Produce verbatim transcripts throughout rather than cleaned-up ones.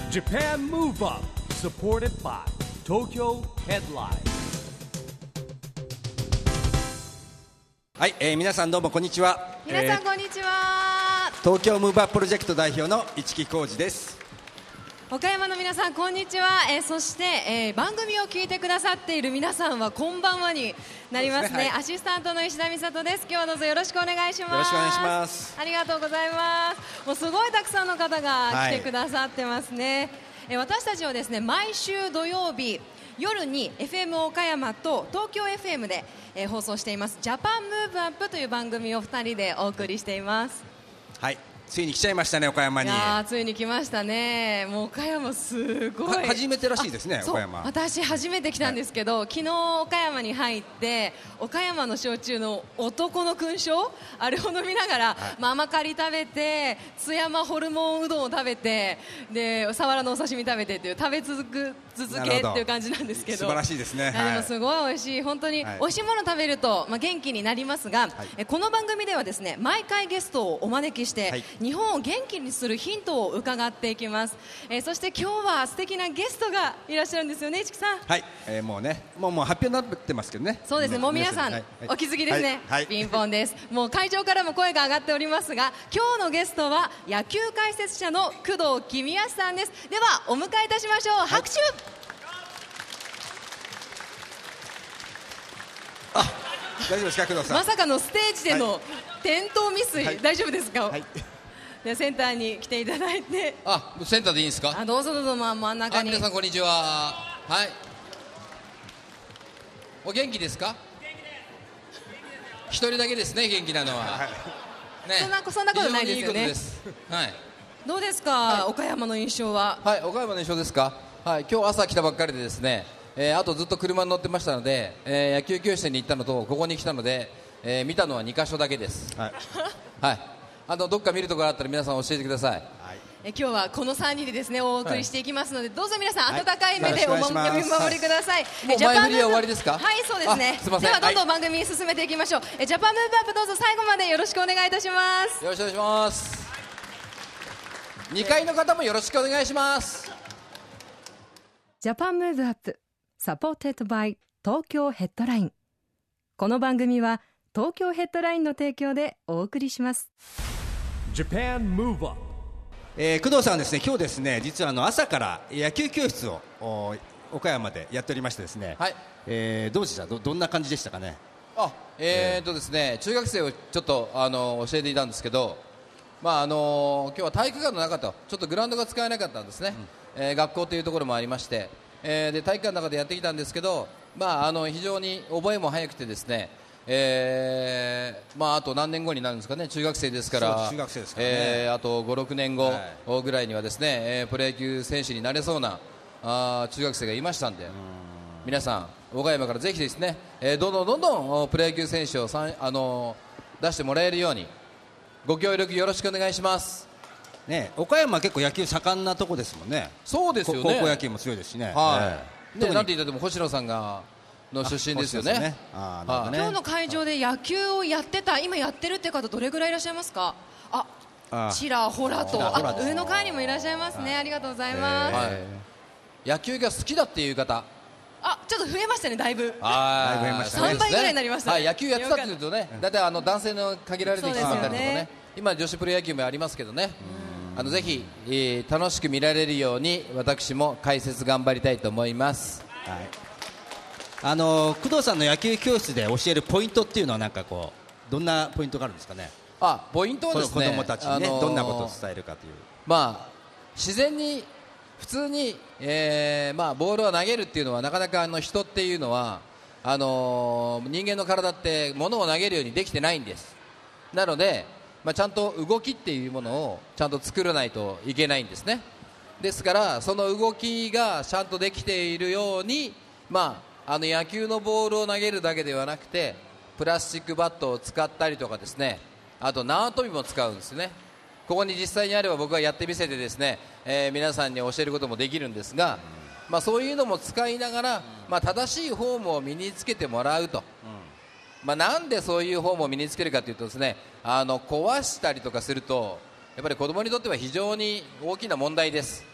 Japan Move Up supported by Tokyo Headline。 はい、えー、皆さんどうもこんにちは。 皆さんこんにちは、 えー、東京ムーブアッププロジェクト代表の市木浩司です。 岡山の皆さんこんにちは、えー、そして、えー、番組を聞いてくださっている皆さんはこんばんはになりますね。はい、アシスタントの石田美里です。今日はどうぞよろしくお願いします。 よろしくお願いします。 ありがとうございます。もうすごいたくさんの方が来てくださってますね。はい、えー、私たちはですね、毎週土曜日夜に エフエム 岡山と東京 エフエム で、えー、放送していますジャパンムーブアップという番組をふたりでお送りしています。 はい、ついに来ちゃいましたね、岡山に。 いやついに来ましたね。もう岡山すごい初めてらしいですね。岡山、 私初めて来たんですけど、はい、昨日岡山に入って岡山の焼酎の男の勲章あれを飲みながら、はい、ママカリ食べて津山ホルモンうどんを食べてでサワラのお刺身食べてっていう食べ続く続けっていう感じなんですけど、 素晴らしいですね。 いやでもすごい美味しい、本当に美味しいもの食べると、まあ、元気になりますが、はい、えこの番組ではですね毎回ゲストをお招きして、はい、日本を元気にするヒントを伺っていきます。えー、そして今日は素敵なゲストがいらっしゃるんですよね、市木さん。 はい、えー、もうねもうもう発表になってますけどね。 そうですね、もう皆さん、はい、お気づきですね。はいはい、ピンポンです。もう会場からも声が上がっておりますが、今日のゲストは野球解説者の工藤公康さんです。ではお迎えいたしましょう。拍手。はい、 あ、大丈夫ですか、工藤さん。 まさかのステージでの転倒未遂、はい、大丈夫ですか。はい、でセンターに来ていただいて。 あ、センターでいいんですか。 あ、どうぞどうぞ、まあ、真ん中に。 あ、皆さんこんにちは。はい、お元気ですか。一人だけですね、元気なのは。はい、ね、 そんな、そんなことないですよね。 非常にいいことです。はい、 どうですか、はい、岡山の印象は。 はい、岡山の印象ですか。はい、今日朝来たばっかりでですね、えー、あとずっと車に乗ってましたので、えー、野球教室に行ったのとここに来たので、えー、見たのはにか所だけです。はい、はい、あのどっか見るところあったら皆さん教えてください。はい、 え今日はこのさんにんでですねお送りしていきますので、はい、どうぞ皆さん温かい目でお見守りください。 もう前振りは終わりですか。 はい、そうですね。 すいません。 ではどんどん番組進めていきましょう。えジャパンムーブアップどうぞ最後までよろしくお願いいたします。 よろしくお願いします。にかいの方もよろしくお願いします。 ジャパンムーブアップサポーテッドバイ東京ヘッドライン。この番組は東京ヘッドラインの提供でお送りします。 Japan Move Up。 えー、工藤さんはですね今日ですね実はあの朝から野球教室を岡山でやっておりましてですね、はい、えー、どうでした ど, どんな感じでしたかね。 あ、えー、っとですね中学生をちょっとあの教えていたんですけど、まああの今日は体育館の中とちょっとグラウンドが使えなかったんですね。うん、えー、学校というところもありまして、えー、で体育館の中でやってきたんですけど、まあ、あの非常に覚えも早くてですね、えーまあ、あと何年後になるんですかね、中学生ですから、 中学生ですからね、 えー、あとご、ろくねんごぐらいにはですね、えー、プロ野球選手になれそうなあ中学生がいましたんで、ん皆さん岡山からぜひですね、えー、どんどんどんどんプロ野球選手をさん、あのー、出してもらえるようにご協力よろしくお願いします。 ね、岡山は結構野球盛んなとこですもんね。 そうですよね。 高校野球も強いですしね。 はい、ね、なんて言ったっても星野さんがの出身ですよね。ね、 ああ、ね、今日の会場で野球をやってた今やってるって方どれぐらいいらっしゃいますか。あ、あちらほらとあ上の階にもいらっしゃいますね。ありがとうございます。はい、 野球が好きだっていう方、 あ、ちょっと増えましたね、だいぶ。 あ、だいぶ増えましたね。 さんばいぐらいになりましたね。 はい、野球やってたっていうとね、だいたいあの男性の限られてきてたりとかね、今女子プロ野球もありますけどね、あのぜひ、えー、楽しく見られるように私も解説頑張りたいと思います。はい、 あの工藤さんの野球教室で教えるポイントっていうのはなんかこうどんなポイントがあるんですかね。 あ、ポイントはですね、 子供たちにね、あのー、どんなことを伝えるかという、 まあ、自然に普通に、えーまあ、ボールを投げるっていうのはなかなかあの人っていうのはあのー、人間の体って物を投げるようにできてないんです。なので、まあ、ちゃんと動きっていうものをちゃんと作らないといけないんですね。ですからその動きがちゃんとできているように、まあ、あの野球のボールを投げるだけではなくてプラスチックバットを使ったりとかですね、あと縄跳びも使うんですね。ここに実際にあれば僕はやってみせてですね、えー、皆さんに教えることもできるんですが、まあ、そういうのも使いながら、まあ、正しいフォームを身につけてもらうと、まあ、なんでそういうフォームを身につけるかというとですね、あの壊したりとかするとやっぱり子供にとっては非常に大きな問題です。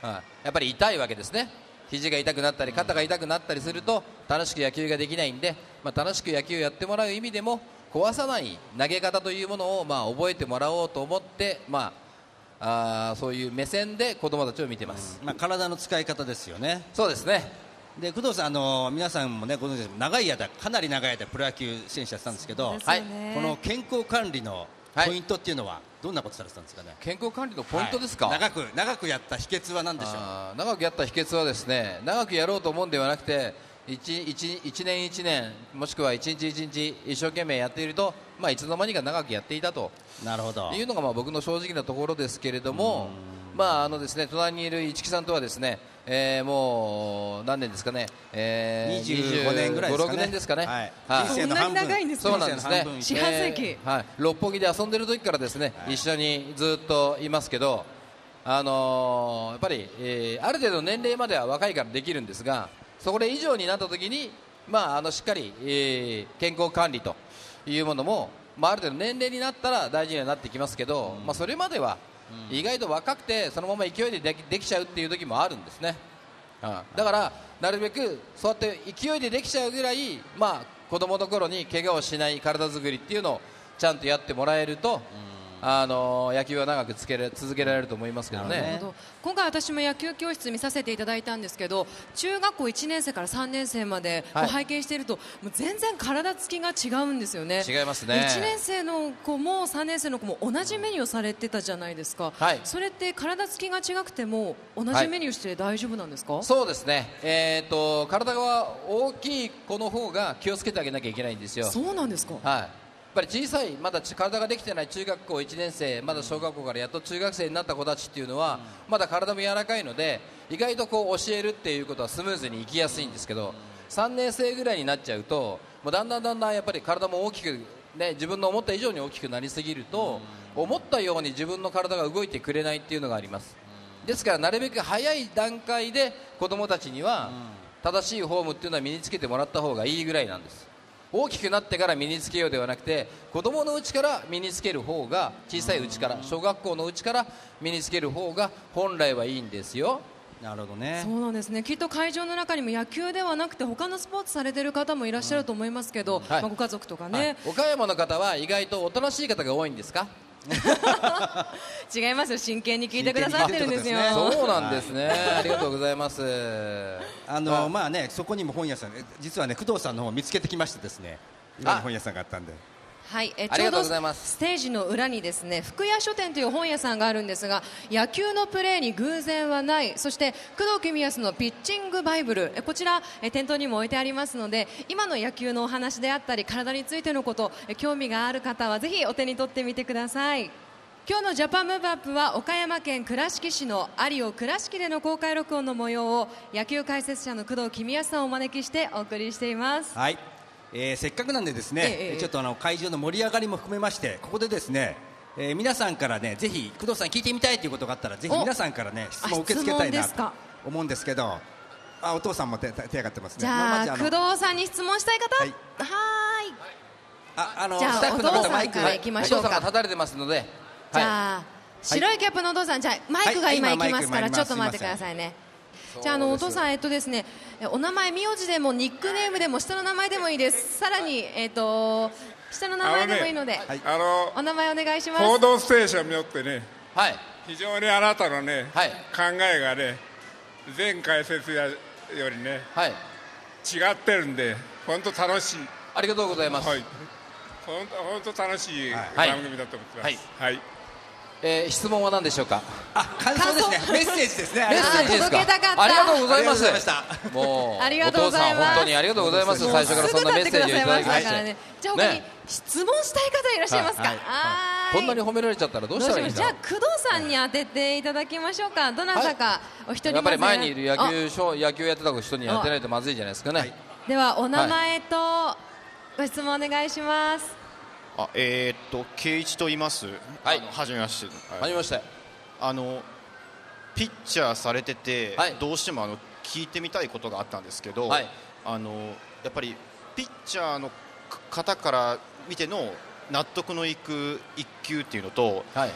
やっぱり痛いわけですね。肘が痛くなったり肩が痛くなったりすると楽しく野球ができないんで、まあ、楽しく野球をやってもらう意味でも壊さない投げ方というものをまあ覚えてもらおうと思って、まあ、あそういう目線で子どもたちを見てます、 うんまあ、体の使い方ですよね。 そうですね。 で工藤さん、あの皆さんも、ね、ご存知ですけど長い間かなり長い間プロ野球選手やってたんですけど、 はい、 この健康管理のポイントっていうのはどんなことされてたんですかね。 健康管理のポイントですか。 はい、長く長くやった秘訣は何でしょう。 あ長くやった秘訣はですね、長くやろうと思うんではなくて 1, 1, 1年1年もしくはいちにちいちにち一生懸命やっていると、まあ、いつの間にか長くやっていたとなるほどいうのがまあ僕の正直なところですけれども、まああのですね、隣にいる市木さんとはですね、えー、もう何年ですかね、えー、 にじゅうごねんぐらいですかね。 にじゅうご、ろくねんですかね。 はい、 はい、 そんなに長いんですか。 そうなんですね。 四半世紀、 えーはい、六本木で遊んでる時からですね、はい、一緒にずっといますけど、あのー、やっぱり、えー、ある程度の年齢までは若いからできるんですが、そこで以上になった時に、まあ、あのしっかり、えー、健康管理というものも、まあ、ある程度年齢になったら大事にはなってきますけど、うんまあ、それまでは意外と若くてそのまま勢いででき、できちゃうっていう時もあるんですね。うん、だからなるべくそうやって勢いでできちゃうぐらい、まあ、子供の頃に怪我をしない体作りっていうのをちゃんとやってもらえると、あの野球は長くつけら続けられると思いますけどね。 なるほど。今回私も野球教室見させていただいたんですけど、中学校いちねん生からさんねん生までこう拝見していると、はい、もう全然体つきが違うんですよね。 違いますね。 いちねん生の子もさんねん生の子も同じメニューをされてたじゃないですか、 はい、 それって体つきが違くても同じメニューして大丈夫なんですか。はい、 そうですね、えー、と体が大きい子の方が気をつけてあげなきゃいけないんですよ。 そうなんですか。 はいやっぱり小さいまだ体ができてない中学校いちねん生まだ小学校からやっと中学生になった子たちっていうのは、うん、まだ体も柔らかいので意外とこう教えるっていうことはスムーズにいきやすいんですけど、うん、さんねん生ぐらいになっちゃうともうだんだんだんだんやっぱり体も大きく、ね、自分の思った以上に大きくなりすぎると、うん、思ったように自分の体が動いてくれないっていうのがあります。ですからなるべく早い段階で子供たちには正しいフォームっていうのは身につけてもらった方がいいぐらいなんです。大きくなってから身につけようではなくて子供のうちから身につける方が小さいうちから小学校のうちから身につける方が本来はいいんですよ。 なるほどね。 そうなんですね。きっと会場の中にも野球ではなくて他のスポーツされてる方もいらっしゃると思いますけど、うんはいまあ、ご家族とかね、はい、 岡山の方は意外とおとなしい方が多いんですか。 違いますよ。真剣に聞いてくださってるんですよ。 そうなんですね、はい、ありがとうございます。 あのまあねそこにも本屋さん実はね工藤さんの方を見つけてきましてですね、今の本屋さんがあったんで、 はい、えちょうどステージの裏にですね福屋書店という本屋さんがあるんですが、野球のプレーに偶然はない、そして工藤公康のピッチングバイブル、こちらえ店頭にも置いてありますので、今の野球のお話であったり体についてのことえ興味がある方はぜひお手に取ってみてください。今日のジャパンムーブアップは岡山県倉敷市の有オ倉敷での公開録音の模様を野球解説者の工藤公康さんをお招きしてお送りしています。 はい、えー、せっかくなんでですね、ええ、ちょっとあの会場の盛り上がりも含めましてここでですね、えー、皆さんからねぜひ工藤さん聞いてみたいということがあったらぜひ皆さんからね質問を受け付けたいなと思うんですけど、あお父さんも手手上がってますね。 じゃあ、まあ、工藤さんに質問したい方、はい、はーいああのじゃあスタッフの方マイクから行きましょうか。 お父さんが立たれてますので、 じゃあ、はい、白いキャップのお父さん、じゃあマイクが今行きますから、はい、ちょっと待ってくださいね。じゃあ、あのお父さん、えっとですね、お名前、名字でもニックネームでも下の名前でもいいです。さらに、えっと、下の名前でもいいので、あの、ねはい、あのお名前お願いします。 報道ステーションによってね、 はい、 非常にあなたのね、はい、考えがね前解説やよりね、はい、違ってるんで本当楽しい。 ありがとうございます。はい、 本当楽しい番組だと思ってます。はいはい、 えー、質問は何でしょうか。 あ、感想ですね。メッセージですね。 メッセージですか。 届けたかった。 ありがとうございます。 もうありがとうございます。お父さん本当にありがとうございます。最初からそんなメッセージをいただきまして。 じゃあ他に質問したい方いらっしゃいますか。 こんなに褒められちゃったらどうしたらいいんだ。 じゃあ工藤さんに当てていただきましょうか。どなたかお一人。 やっぱり前にいる野球野球やってた人に当てないとまずいじゃないですかね。 ではお名前とご質問お願いします。 あ、えー、っと圭一と言います。はい。はじめまして。 はじめまして。 あのピッチャーされてて、はい、どうしてもあの聞いてみたいことがあったんですけど、はい、あのやっぱりピッチャーの方から見ての納得のいく一球っていうのと、はい、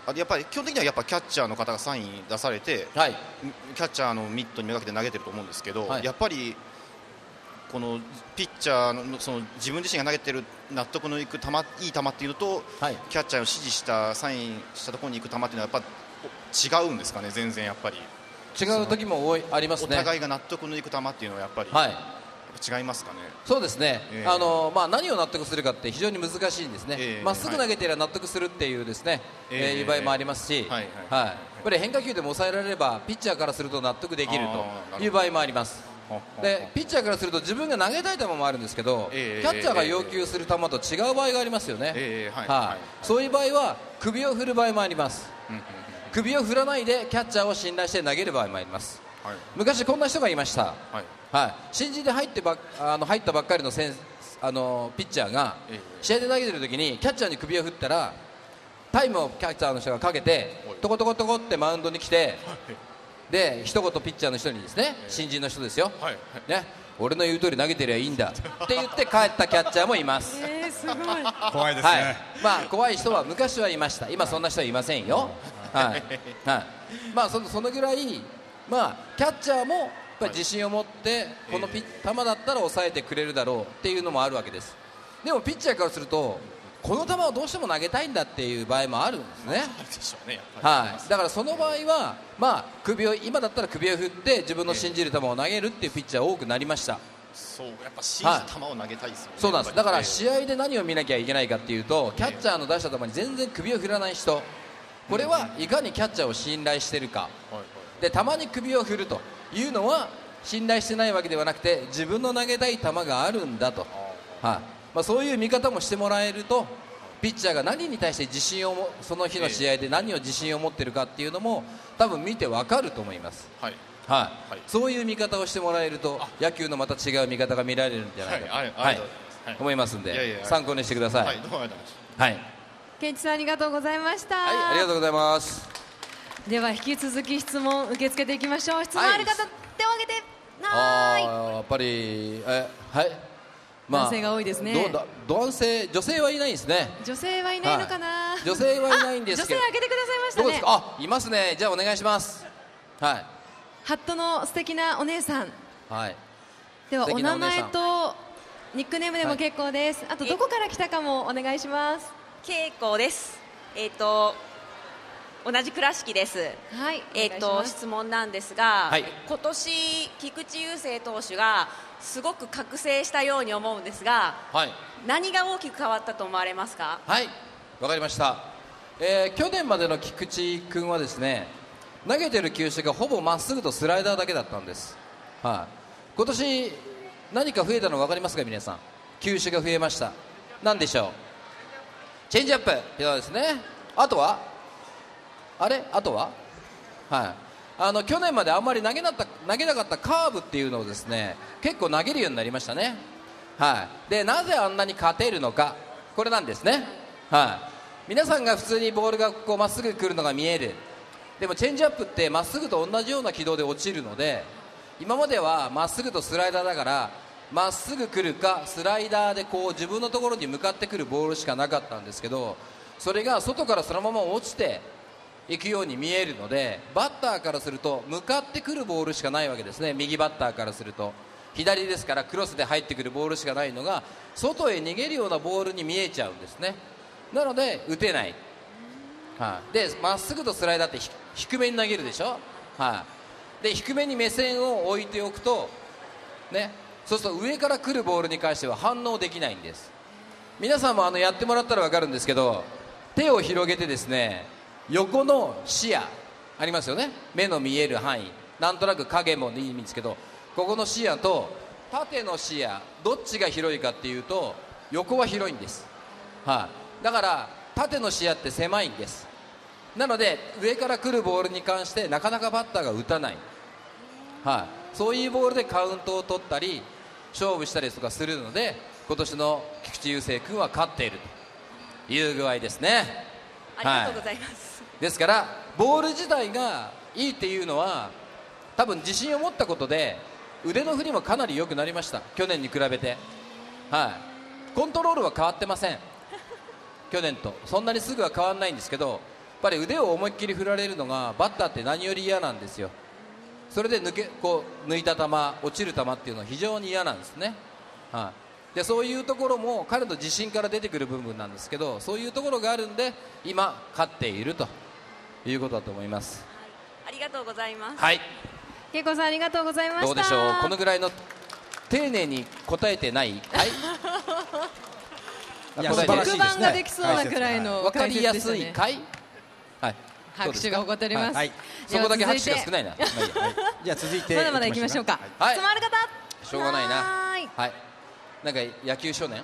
やっぱり基本的にはやっぱキャッチャーの方がサイン出されて、はい、キャッチャーのミットにめがけて投げてると思うんですけど、はい、やっぱりこのピッチャー の, その自分自身が投げてる納得のいく球、いい球っていうのと、はい、キャッチャーの指示したサインしたところに行く球っていうのはやっぱ違うんですかね。全然やっぱり違う時も多いありますね。 お互いが納得のいく球っていうのはやっぱり、はい、違いますかね。 そうですね、えーあのまあ、何を納得するかって非常に難しいんですね。ま、えー、っすぐ投げていれば納得するっていうですね、えーえー、いう場合もありますし、はいはいはいはい、やっぱり変化球でも抑えられればピッチャーからすると納得できるという場合もあります。でピッチャーからすると自分が投げたい球もあるんですけど、えー、キャッチャーが要求する球と違う場合がありますよね、えーはいはいはい、そういう場合は首を振る場合もあります。首を振らないでキャッチャーを信頼して投げる場合もあります、はい、昔こんな人がいました、はいはい、新人で入ってばあの入ったばっかりのせんあのピッチャーが試合で投げてる時にキャッチャーに首を振ったらタイムをキャッチャーの人がかけてトコトコトコってマウンドに来て、で一言ピッチャーの人にですね、新人の人ですよ、はいね、俺の言う通り投げてりゃいいんだって言って帰ったキャッチャーもいます。 えー、すごい怖いですね、はい、 まあ、怖い人は昔はいました。今そんな人はいませんよ、はいはい、まあ そ, そのぐらい、まあ、キャッチャーもやっぱり自信を持ってこのピッ球だったら抑えてくれるだろうっていうのもあるわけです。でもピッチャーからするとこの球をどうしても投げたいんだっていう場合もあるんですね。はい、だからその場合は、まあ、首を今だったら首を振って自分の信じる球を投げるっていうピッチャー多くなりました。 そう、やっぱ信じる球を投げたいですよね、はい、 そうなんです。だから試合で何を見なきゃいけないかっていうと、キャッチャーの出した球に全然首を振らない人、これはいかにキャッチャーを信頼しているか、でたまに首を振るというのは信頼してないわけではなくて自分の投げたい球があるんだと、はい、まあ、そういう見方もしてもらえるとピッチャーが何に対して自信をもその日の試合で何を自信を持っているかっていうのも多分見て分かると思います、はいはいはい、そういう見方をしてもらえると野球のまた違う見方が見られるんじゃないかと、はいはい、思いますんで、いやいや参考にしてください。はい、どうもありがとうございました。はい、 ケンチさんありがとうございました。 はい、ありがとうございます。 では引き続き質問受け付けていきましょう。質問ある方、はい、手を挙げて。はーい。あやっぱりえはい、 まあ、男性が多いですね。 男性、女性はいないですね。 女性はいないのかな、はい、 女性はいないんですけど。 女性挙げてくださいましたね。 どうですか。あ、いますね。じゃあお願いします。はい。 ハットの素敵なお姉さん、 はい、 ではお名前とニックネームでも結構です、はい、あとどこから来たかもお願いします。 けいこです。えっ、ー、と同じ倉敷です。 はい、 えっ、ー、と質問なんですが、はい、今年菊池雄星投手がすごく覚醒したように思うんですが、はい、何が大きく変わったと思われますか。 はい、わかりました、えー、去年までの菊池君はですね、投げてる球種がほぼまっすぐとスライダーだけだったんです、はい、今年何か増えたの分かりますか。皆さん、球種が増えました。何でしょう。チェンジアップですね。あとはあれあとは、はい、あの去年まであんまり投げなかった、投げなかったカーブっていうのをですね結構投げるようになりましたね、はい、でなぜあんなに勝てるのか、これなんですね、はい、皆さんが普通にボールがこうまっすぐ来るのが見える。でもチェンジアップってまっすぐと同じような軌道で落ちるので、今まではまっすぐとスライダーだからまっすぐ来るかスライダーでこう自分のところに向かってくるボールしかなかったんですけど、それが外からそのまま落ちていくように見えるので、バッターからすると向かってくるボールしかないわけですね。右バッターからすると左ですからクロスで入ってくるボールしかないのが外へ逃げるようなボールに見えちゃうんですね。なので打てない、はい、でまっすぐとスライダーって低めに投げるでしょ、はい、で低めに目線を置いておくと、ね、そうすると上から来るボールに関しては反応できないんです。皆さんもあのやってもらったら分かるんですけど、手を広げてですね、横の視野ありますよね。目の見える範囲、なんとなく影もいいんですけど、ここの視野と縦の視野どっちが広いかっていうと横は広いんです、はい、だから縦の視野って狭いんです。なので上から来るボールに関してなかなかバッターが打たない、はい、そういうボールでカウントを取ったり勝負したりとかするので、今年の菊池雄星君は勝っているという具合ですね。 ありがとうございます、 はい、ですからボール自体がいいっていうのは多分自信を持ったことで腕の振りもかなり良くなりました、去年に比べて、はい、コントロールは変わってません去年とそんなにすぐは変わらないんですけど、 ぱり腕を思いっきり振られるのがバッターって何より嫌なんですよ。それで抜けこう抜いた球、落ちる球っていうのは非常に嫌なんですね、はい、でそういうところも彼の自信から出てくる部分なんですけど、そういうところがあるんで今勝っているということだと思います、 はい、ありがとうございます。 はい、 恵子さんありがとうございました。 どうでしょう、このぐらいの丁寧に答えてないかいいや素晴らしいですね。特番ができそうなくらいの分かりやすいかい、はい、 拍手が起こっております、 はい、そこだけ拍手が少ないなじゃあ続いてまだまだ行きましょうか。 はい、 質問ある方、 しょうがないな。はい、なんか野球少年、はい、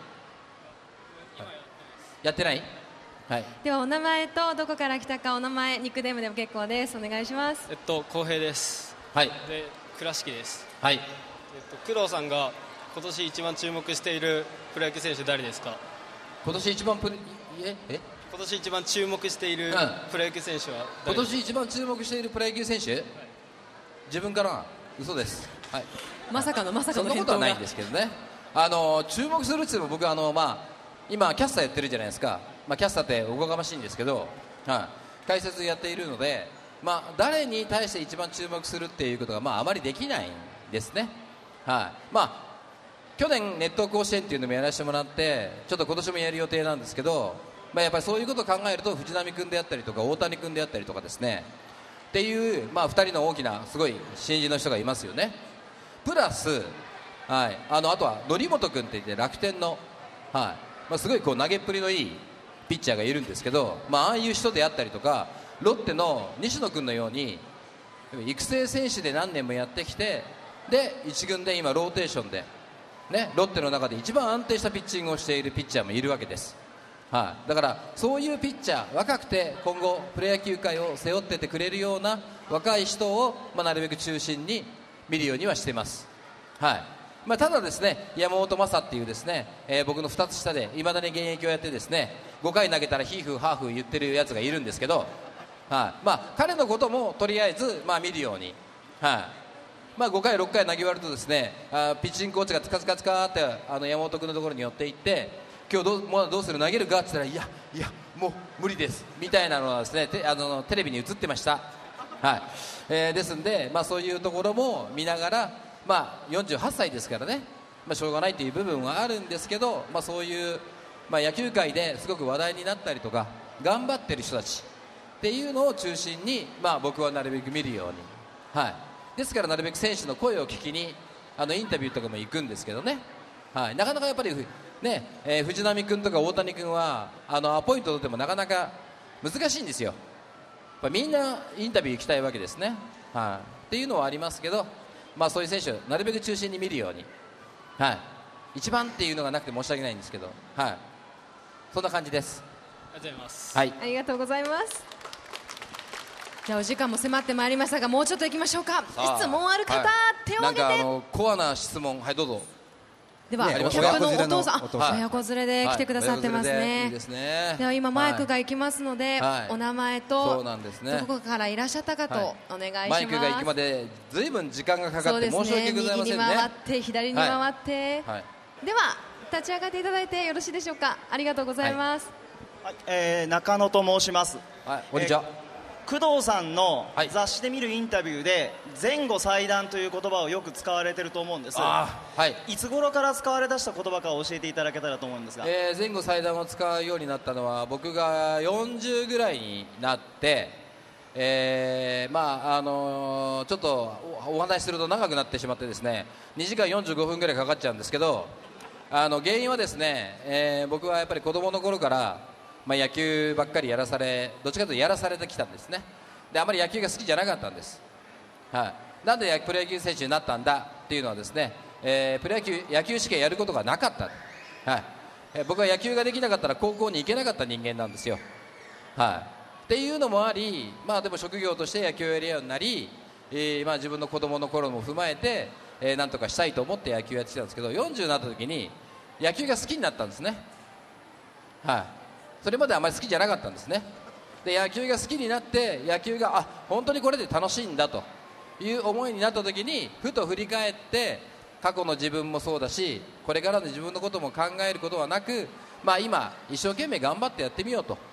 やってない、はい、 ではお名前とどこから来たか、お名前ニックネームでも結構です。お願いします。 えっと浩平です。 はい。 で倉敷です。 はい。えっと工藤さんが今年一番注目しているプロ野球選手誰ですか？ 今年一番プええ今年一番注目しているプロ野球選手は誰ですか？今年一番注目しているプロ野球選手、はい、自分から嘘です、はい、 まさかのまさかのそんなことはないんですけどね。あの注目するっていうのも僕あの、まあ、今キャスターやってるじゃないですか、まあ、キャスターっておこがましいんですけど、はい、解説やっているので、まあ、誰に対して一番注目するっていうことが、まあ、あまりできないんですね、はい、まあ去年熱湯甲子園っていうのもやらせてもらって、ちょっと今年もやる予定なんですけど、まあ、やっぱりそういうことを考えると藤浪君であったりとか大谷君であったりとかですねっていう、まあ、ふたりの大きなすごい新人の人がいますよね。プラス、はい、あのあとは則本君っていって楽天の、はい、まあ、すごいこう投げっぷりのいいピッチャーがいるんですけど、まあ、ああいう人であったりとかロッテの西野君のように育成選手で何年もやってきて、で一軍で今ローテーションでね、ロッテの中で一番安定したピッチングをしているピッチャーもいるわけです、はい、だからそういうピッチャー、若くて今後プロ野球界を背負っててくれるような若い人を、まあ、なるべく中心に見るようにはしています、はい、まあ、ただですね山本昌っていうですね、えー、僕のふたつ下でいまだに現役をやってですねごかい投げたらヒーフーハーフー言ってるやつがいるんですけど、はい、まあ、彼のこともとりあえず、まあ、見るように、はい、まあ、ごかいろっかい投げ終わるとですね、あピッチングコーチがつかつかつかってあの山本君のところに寄っていって、今日どうもうどうする投げるかって言ったら、いやいやもう無理ですみたいなのはですねテあのテレビに映ってました、はい、えー、ですんで、まあ、そういうところも見ながら、まあ、よんじゅうはっさいですからね、まあ、しょうがないという部分はあるんですけど、まあ、そういう、まあ、野球界ですごく話題になったりとか頑張ってる人たちっていうのを中心に、まあ、僕はなるべく見るように、はい、ですからなるべく選手の声を聞きにあのインタビューとかも行くんですけどね、はい、なかなかやっぱり、ねえー、藤浪君とか大谷君はあのアポイント取ってもなかなか難しいんですよ。やっぱみんなインタビュー行きたいわけですね、はい、っていうのはありますけど、まあ、そういう選手をなるべく中心に見るように、はい、一番っていうのがなくて申し訳ないんですけど、はい、そんな感じです。 ありがとうございます、 はい、ありがとうございます。じゃあお時間も迫ってまいりましたが、もうちょっと行きましょうか。質問ある方、はい、手を挙げて。 なんかあのコアな質問、はいどうぞ。 では、ね、キャップのお父さん、親子連れで来てくださってますね、はい、いいですね。では今マイクが行きますので、はい、お名前とそうなんですね、どこからいらっしゃったかとお願いします。 マイクが行くまでずいぶん時間がかかって申し訳ございませんね。 右に回って左に回って、はいはい、では立ち上がっていただいてよろしいでしょうか。ありがとうございます、 はい、えー、中野と申します。 はい、こんにちは。 えー工藤さんの雑誌で見るインタビューで前後裁断という言葉をよく使われていると思うんです。 あ、はい、 いつ頃から使われ出した言葉か教えていただけたらと思うんですが、 えー、前後裁断を使うようになったのは僕がよんじゅうぐらいになって、えーまああのー、ちょっと お, お話しすると長くなってしまってですねにじかんよんじゅうごふんぐらいかかっちゃうんですけど、あの原因はですね、えー、僕はやっぱり子供の頃からまあ、野球ばっかりやらされどっちかというとやらされてきたんですね。であまり野球が好きじゃなかったんです、はい、なんでプロ野球選手になったんだっていうのはですね、えー、プロ野球野球試験やることがなかった、はい、えー、僕は野球ができなかったら高校に行けなかった人間なんですよ、はい、っていうのもあり、まあ、でも職業として野球をやるようになり、えーまあ、自分の子供の頃も踏まえて、えー、なんとかしたいと思って野球やってきたんですけど、よんじゅうになった時に野球が好きになったんですね、はい、それまであまり好きじゃなかったんですね。で野球が好きになって野球があ本当にこれで楽しいんだという思いになった時にふと振り返って過去の自分もそうだしこれからの自分のことも考えることはなく、まあ、今一生懸命頑張ってやってみようと、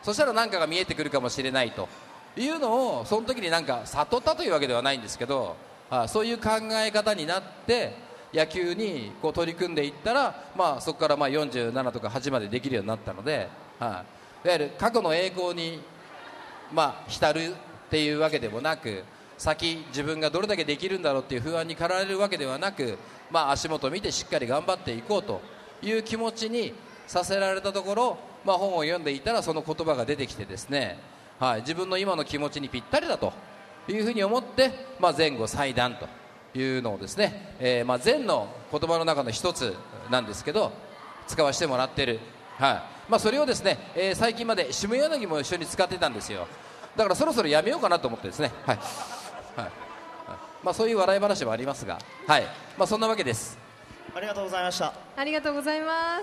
そしたら何かが見えてくるかもしれないというのをその時になんか悟ったというわけではないんですけど、あそういう考え方になって野球にこう取り組んでいったら、まあ、そこからまあよんじゅうななとかはちまでできるようになったので、はい、いわゆる過去の栄光に、まあ、浸るっていうわけでもなく、先自分がどれだけできるんだろうっていう不安に駆られるわけではなく、まあ、足元を見てしっかり頑張っていこうという気持ちにさせられたところ、まあ、本を読んでいたらその言葉が出てきてですね、はい、自分の今の気持ちにぴったりだというふうに思って、まあ、前後祭壇というのをですね、えーまあ、禅の言葉の中の一つなんですけど使わせてもらってる、はい、まあ、それをですね、えー、最近まで下柳も一緒に使ってたんですよ。だからそろそろやめようかなと思ってですね、はいはい、まあ、そういう笑い話もありますが、はい、まあ、そんなわけです。 ありがとうございました。 ありがとうございます。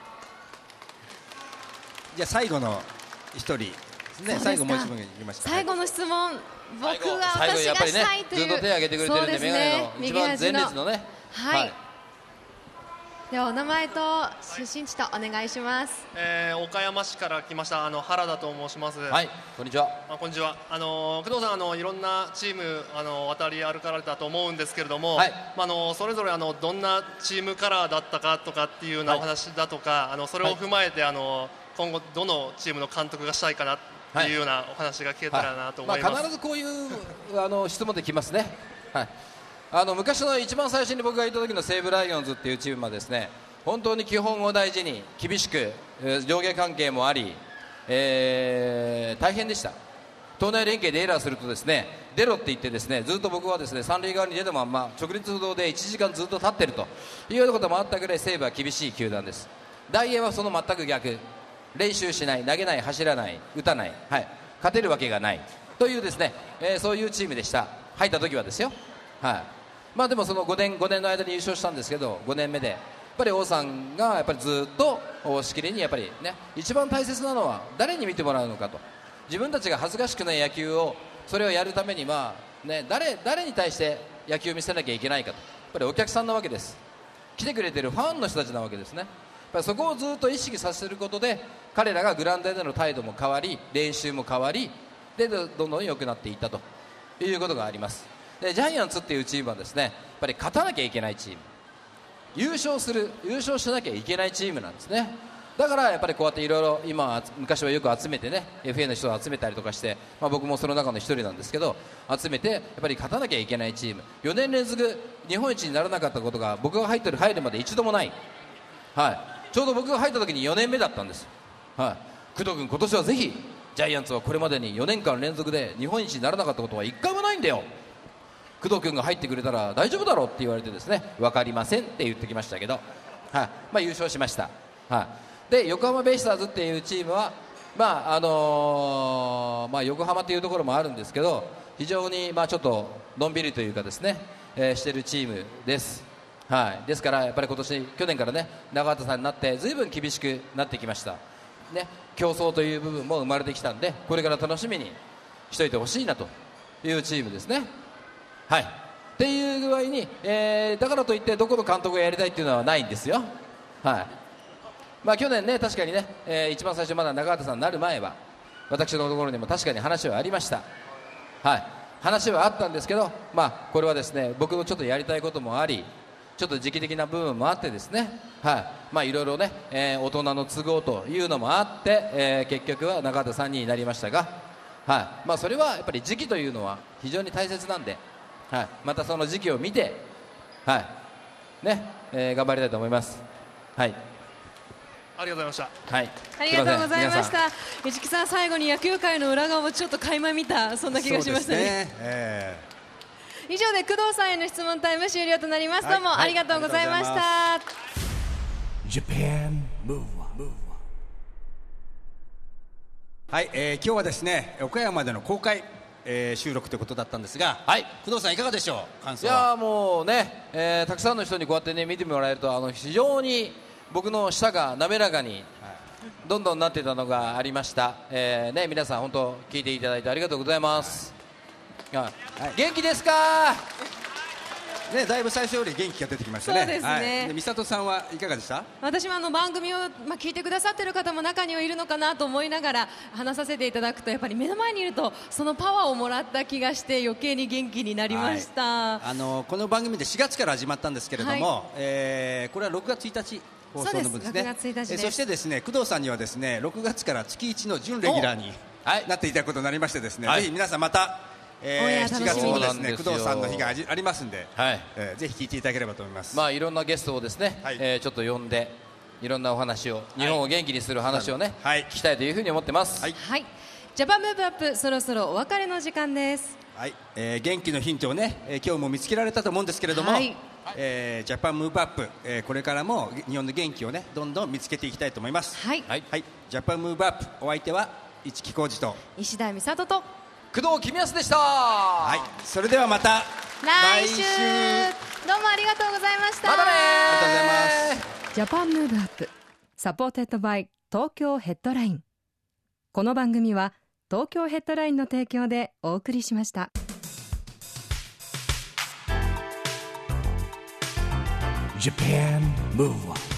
じゃあ最後の一人ですね。最後もう一問言いました。 最後の質問、僕は最後私がしたいという、 ずっと手を挙げてくれてるんで、メガネの一番前列のね、 はい、 はい、 ではお名前と出身地とお願いします。 えー、岡山市から来ましたあの原田と申します。 はい、こんにちは。 あ、こんにちは。あの工藤さん、あのいろんなチームあの渡り歩かれたと思うんですけれども、はい、まあ、あのそれぞれあのどんなチームカラーだったかとかっていうようなお話だとか、はい、あのそれを踏まえて、はい、あの今後どのチームの監督がしたいかなっていうようなお話が聞けたらなと思います。 はい、まあ、必ずこういうあの質問できますね。はい、あの昔の一番最初に僕がいた時の西武ライオンズっていうチームはですね、本当に基本を大事に厳しく、えー、上下関係もあり、えー、大変でした。党内連携でエラーするとですね、出ろって言ってですね、ずっと僕はですね三塁側に出たまま直立不動でいちじかんずっと立ってるというようなこともあったぐらい西武は厳しい球団です。大英はその全く逆、練習しない、投げない、走らない、打たない、はい、勝てるわけがないというですね、えー、そういうチームでした。入った時はですよ。はい、まあ、でもそのごねん、ごねんの間に優勝したんですけど、ごねんめでやっぱり王さんがやっぱりずっとしきりにやっぱりね、一番大切なのは誰に見てもらうのかと、自分たちが恥ずかしくない野球をそれをやるためには、ね、誰, 誰に対して野球を見せなきゃいけないかと、やっぱりお客さんなわけです。来てくれてるファンの人たちなわけですね。やっぱりそこをずっと意識させることで彼らがグラウンドでの態度も変わり、練習も変わりでどんどん良くなっていったということがあります。でジャイアンツっていうチームはですね、やっぱり勝たなきゃいけないチーム、優勝する優勝しなきゃいけないチームなんですね。だからやっぱりこうやっていろいろ今昔はよく集めてね エフエー の人を集めたりとかして、まあ、僕もその中の一人なんですけど、集めてやっぱり勝たなきゃいけないチーム、よねん連続日本一にならなかったことが僕が入ってる入るまで一度もない、はい、ちょうど僕が入った時によねんめだったんです。はい、工藤君、今年はぜひジャイアンツはこれまでによねんかん連続で日本一にならなかったことはいっかいもないんだよ、工藤君が入ってくれたら大丈夫だろうって言われてですね、分かりませんって言ってきましたけど、はい、まあ、優勝しました。はい、で横浜ベイスターズっていうチームは、まああのーまあ、横浜というところもあるんですけど、非常にまあちょっとのんびりというかですね、えー、しているチームです。はい、ですからやっぱり今年去年からね永畑さんになってずいぶん厳しくなってきました、ね、競争という部分も生まれてきたんで、これから楽しみにしといてほしいなというチームですね。はい、っていう具合に、えー、だからといってどこの監督がやりたいっていうのはないんですよ。はい、まあ、去年ね確かにね、えー、一番最初まだ永畑さんになる前は私のところにも確かに話はありました。はい、話はあったんですけど、まあ、これはですね僕のちょっとやりたいこともあり、ちょっと時期的な部分もあってですね、はい、まあ、いろいろね、えー、大人の都合というのもあって、えー、結局は永畑さんになりましたが、はい、まあ、それはやっぱり時期というのは非常に大切なんで、はい、またその時期を見て、はいねえー、頑張りたいと思います。はい、 ありがとうございました。 はい、ありがとうございました。市木さん、最後に野球界の裏側をちょっと垣間見たそんな気がしましたね。そうですね、えー以上で工藤さんへの質問タイム終了となります。どうもありがとうございました。 はい、えー、今日はですね岡山での公開、えー、収録ということだったんですが、はい、工藤さんいかがでしょう、感想は。 いやもうね、えー、たくさんの人にこうやってね見てもらえると、あの非常に僕の舌が滑らかにどんどんなっていたのがありました。えーね、皆さん本当聞いていただいてありがとうございます。はいはい、元気ですか。 ね、だいぶ最初より元気が出てきましたね。 そうですね。はい、 で美里さんはいかがでした？ 私もあの番組を、まあ、聞いてくださってる方も中にはいるのかなと思いながら話させていただくと、やっぱり目の前にいるとそのパワーをもらった気がして余計に元気になりました。はい、 あのこの番組でしがつから始まったんですけれども、はい、えー、これはろくがつついたち放送の分ですね。 ろくがつついたちです。 そしてですね、工藤さんにはですねろくがつから月いちの準レギュラーになっていただくことになりましてですね、はい、ぜひ皆さんまた、えー、しちがつもですね工藤さんの日がありますんで、はい、えー、ぜひ聞いていただければと思います。 まあいろんなゲストをですね、はい、えー、ちょっと呼んでいろんなお話を、日本を元気にする話をね、はい、聞きたいというふうに思ってます。 はい、はい、ジャパンムーブアップ、そろそろお別れの時間です。 はい、えー、元気のヒントをね、えー、今日も見つけられたと思うんですけれども、はい、えー、ジャパンムーブアップ、えー、これからも日本の元気をねどんどん見つけていきたいと思います。 はい、 はい、ジャパンムーブアップ、お相手は市木浩二と石田美里と工藤公康でした。 はい、それではまた来週、どうもありがとうございました。 またねありがとうございます。 ジャパンムーブアップサポーテッドバイ東京ヘッドライン。この番組は東京ヘッドラインの提供でお送りしました。 Japan Move Up